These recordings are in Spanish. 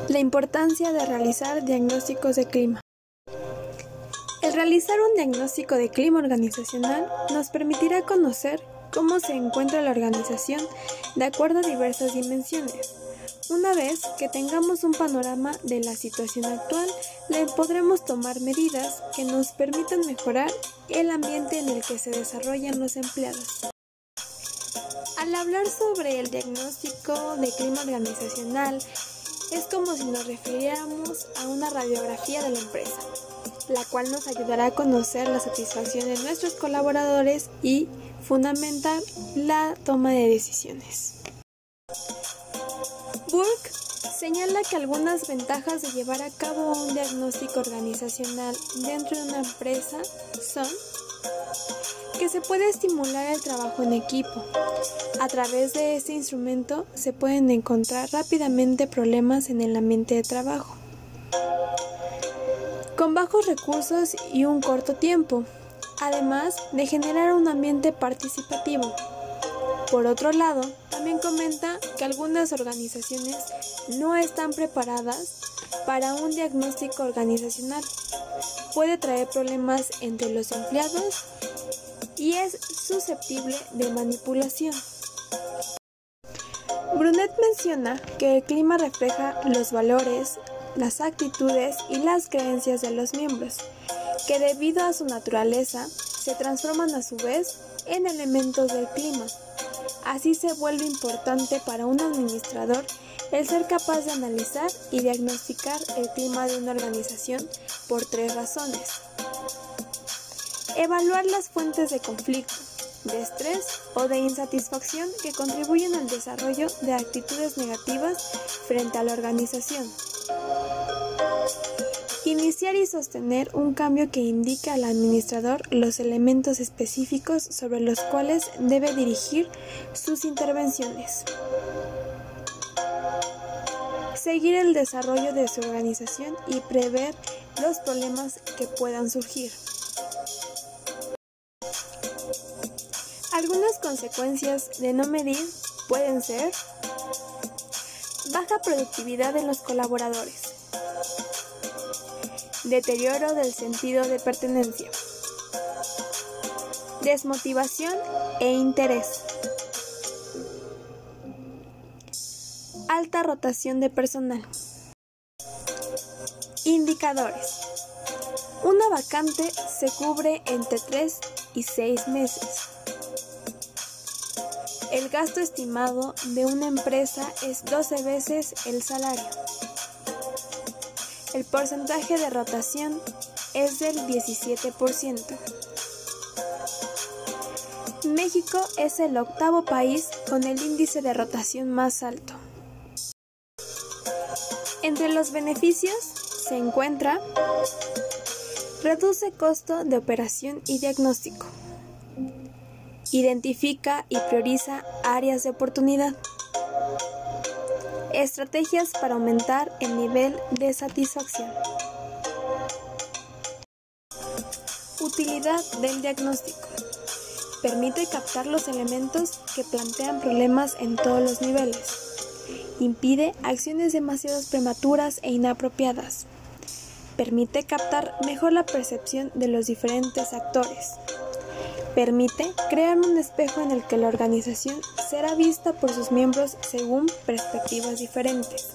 La importancia de realizar diagnósticos de clima. El realizar un diagnóstico de clima organizacional nos permitirá conocer cómo se encuentra la organización de acuerdo a diversas dimensiones. Una vez que tengamos un panorama de la situación actual, le podremos tomar medidas que nos permitan mejorar el ambiente en el que se desarrollan los empleados. Al hablar sobre el diagnóstico de clima organizacional, es como si nos refiriéramos a una radiografía de la empresa, la cual nos ayudará a conocer la satisfacción de nuestros colaboradores y fundamentar la toma de decisiones. Burke señala que algunas ventajas de llevar a cabo un diagnóstico organizacional dentro de una empresa son que se puede estimular el trabajo en equipo. A través de este instrumento se pueden encontrar rápidamente problemas en el ambiente de trabajo, con bajos recursos y un corto tiempo, además de generar un ambiente participativo. Por otro lado, también comenta que algunas organizaciones no están preparadas para un diagnóstico organizacional. Puede traer problemas entre los empleados y es susceptible de manipulación. Brunet menciona que el clima refleja los valores, las actitudes y las creencias de los miembros, que debido a su naturaleza se transforman a su vez en elementos del clima. Así se vuelve importante para un administrador el ser capaz de analizar y diagnosticar el clima de una organización por 3 razones. Evaluar las fuentes de conflicto, de estrés o de insatisfacción que contribuyen al desarrollo de actitudes negativas frente a la organización. Iniciar y sostener un cambio que indique al administrador los elementos específicos sobre los cuales debe dirigir sus intervenciones. Seguir el desarrollo de su organización y prever los problemas que puedan surgir. Algunas consecuencias de no medir pueden ser baja productividad de los colaboradores, deterioro del sentido de pertenencia, desmotivación e interés, alta rotación de personal. Indicadores. Una vacante se cubre entre 3 y 6 meses. El gasto estimado de una empresa es 12 veces el salario. El porcentaje de rotación es del 17%. México es el 8º país con el índice de rotación más alto. Entre los beneficios se encuentra: reduce costo de operación y diagnóstico, identifica y prioriza áreas de oportunidad, estrategias para aumentar el nivel de satisfacción. Utilidad del diagnóstico. Permite captar los elementos que plantean problemas en todos los niveles. Impide acciones demasiado prematuras e inapropiadas. Permite captar mejor la percepción de los diferentes actores. Permite crear un espejo en el que la organización será vista por sus miembros según perspectivas diferentes.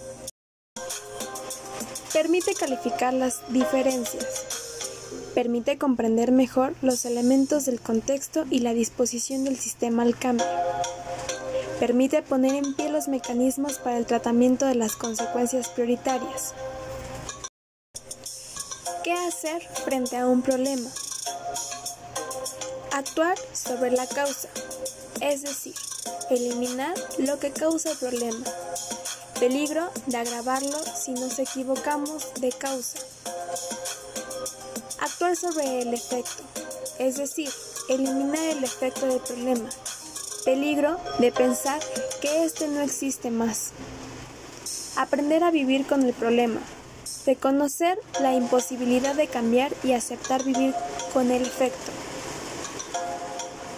Permite calificar las diferencias. Permite comprender mejor los elementos del contexto y la disposición del sistema al cambio. Permite poner en pie los mecanismos para el tratamiento de las consecuencias prioritarias. ¿Qué hacer frente a un problema? Actuar sobre la causa, es decir, eliminar lo que causa el problema. Peligro de agravarlo si nos equivocamos de causa. Actuar sobre el efecto, es decir, eliminar el efecto del problema. Peligro de pensar que este no existe más. Aprender a vivir con el problema. Reconocer la imposibilidad de cambiar y aceptar vivir con el efecto.